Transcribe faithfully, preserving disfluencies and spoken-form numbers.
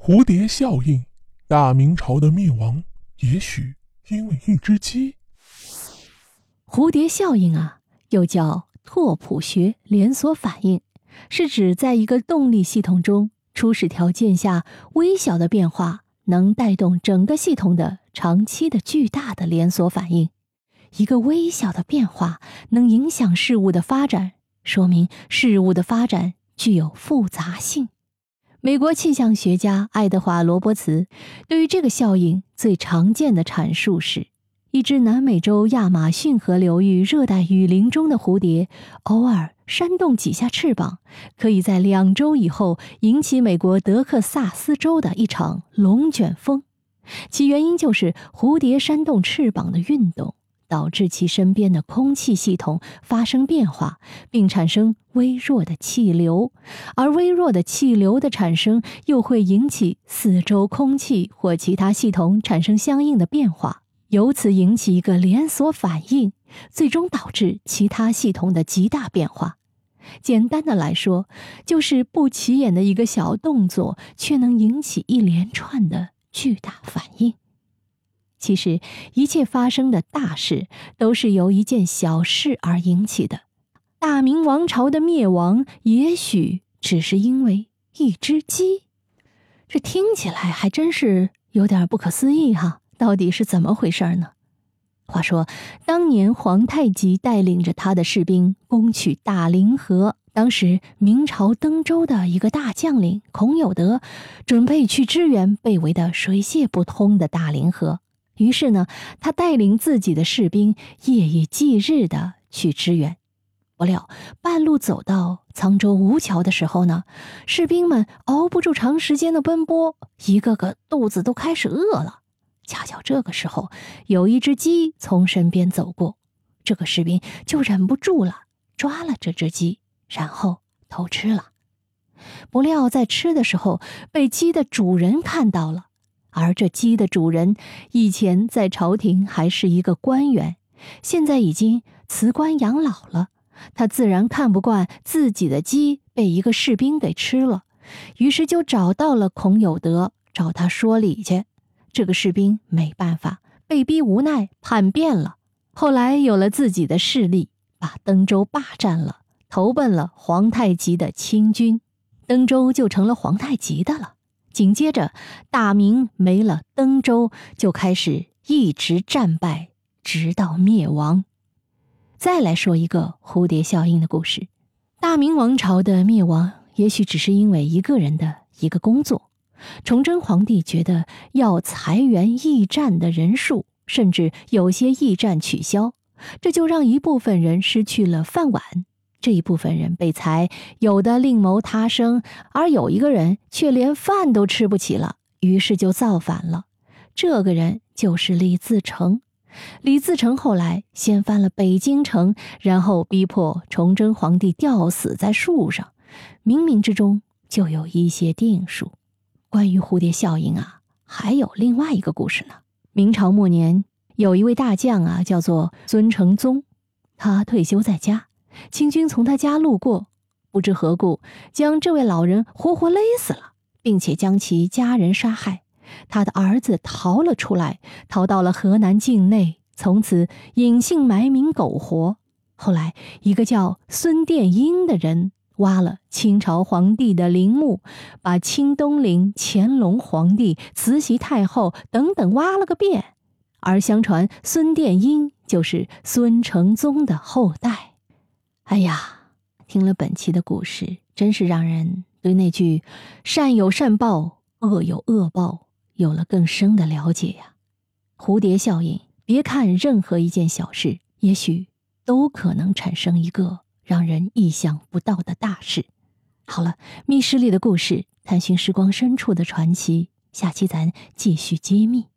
蝴蝶效应，大明朝的灭亡也许因为一只鸡。 蝴蝶效应啊，又叫拓扑学连锁反应，是指在一个动力系统中，初始条件下微小的变化能带动整个系统的长期的巨大的连锁反应。一个微小的变化能影响事物的发展，说明事物的发展具有复杂性。美国气象学家爱德华·罗伯茨对于这个效应最常见的阐述是，一只南美洲亚马逊河流域热带雨林中的蝴蝶偶尔扇动几下翅膀，可以在两周以后引起美国德克萨斯州的一场龙卷风。其原因就是蝴蝶扇动翅膀的运动导致其身边的空气系统发生变化，并产生微弱的气流，而微弱的气流的产生又会引起四周空气或其他系统产生相应的变化，由此引起一个连锁反应，最终导致其他系统的极大变化。简单的来说，就是不起眼的一个小动作，却能引起一连串的巨大反应。其实，一切发生的大事都是由一件小事而引起的。大明王朝的灭亡，也许只是因为一只鸡。这听起来还真是有点不可思议哈，到底是怎么回事呢？话说，当年皇太极带领着他的士兵攻取大凌河，当时明朝登州的一个大将领孔有德准备去支援被围得水泄不通的大凌河。于是呢，他带领自己的士兵夜以继日地去支援。不料半路走到沧州吴桥的时候呢，士兵们熬不住长时间的奔波，一个个肚子都开始饿了。恰巧这个时候有一只鸡从身边走过，这个士兵就忍不住了，抓了这只鸡，然后偷吃了。不料在吃的时候被鸡的主人看到了，而这鸡的主人以前在朝廷还是一个官员，现在已经辞官养老了，他自然看不惯自己的鸡被一个士兵给吃了，于是就找到了孔有德，找他说理去。这个士兵没办法，被逼无奈，叛变了。后来有了自己的势力，把登州霸占了，投奔了皇太极的亲军，登州就成了皇太极的了。紧接着，大明没了登州，就开始一直战败，直到灭亡。再来说一个蝴蝶效应的故事。大明王朝的灭亡，也许只是因为一个人的一个工作。崇祯皇帝觉得要裁员驿站的人数，甚至有些驿站取消，这就让一部分人失去了饭碗。这一部分人被裁，有的另谋他生，而有一个人却连饭都吃不起了，于是就造反了。这个人就是李自成。李自成后来掀翻了北京城，然后逼迫崇祯皇帝吊死在树上，冥冥之中就有一些定数。关于蝴蝶效应啊，还有另外一个故事呢。明朝末年，有一位大将啊，叫做孙承宗，他退休在家，清军从他家路过，不知何故将这位老人活活勒死了，并且将其家人杀害。他的儿子逃了出来，逃到了河南境内，从此隐姓埋名苟活。后来一个叫孙殿英的人挖了清朝皇帝的陵墓，把清东陵、乾隆皇帝、慈禧太后等等挖了个遍，而相传孙殿英就是孙承宗的后代。哎呀，听了本期的故事，真是让人对那句善有善报，恶有恶报有了更深的了解呀。蝴蝶效应，别看任何一件小事，也许都可能产生一个让人意想不到的大事。好了，密室里的故事，探寻时光深处的传奇，下期咱继续揭秘。